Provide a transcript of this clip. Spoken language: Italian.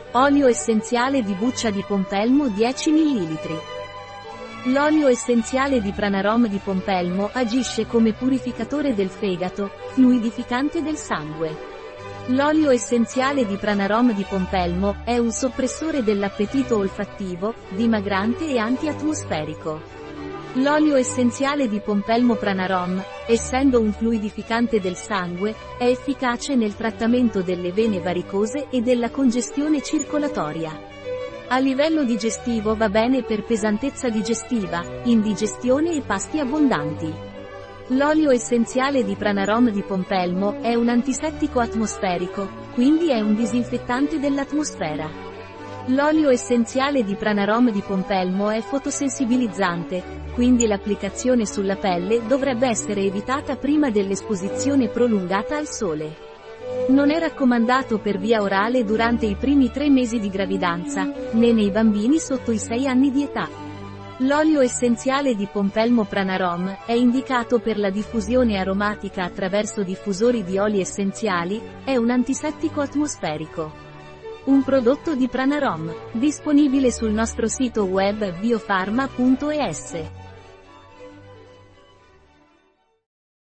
Olio essenziale di buccia di pompelmo 10 ml. L'olio essenziale di Pranarom di pompelmo agisce come purificatore del fegato, fluidificante del sangue. L'olio essenziale di Pranarom di pompelmo è un soppressore dell'appetito olfattivo, dimagrante e antiatmosferico. L'olio essenziale di pompelmo Pranarom, essendo un fluidificante del sangue, è efficace nel trattamento delle vene varicose e della congestione circolatoria. A livello digestivo va bene per pesantezza digestiva, indigestione e pasti abbondanti. L'olio essenziale di Pranarom di pompelmo è un antisettico atmosferico, quindi è un disinfettante dell'atmosfera. L'olio essenziale di Pranarom di pompelmo è fotosensibilizzante, quindi l'applicazione sulla pelle dovrebbe essere evitata prima dell'esposizione prolungata al sole. Non è raccomandato per via orale durante i primi 3 mesi di gravidanza, né nei bambini sotto i 6 anni di età. L'olio essenziale di pompelmo Pranarom è indicato per la diffusione aromatica attraverso diffusori di oli essenziali, è un antisettico atmosferico. Un prodotto di Pranarom, disponibile sul nostro sito web biofarma.es.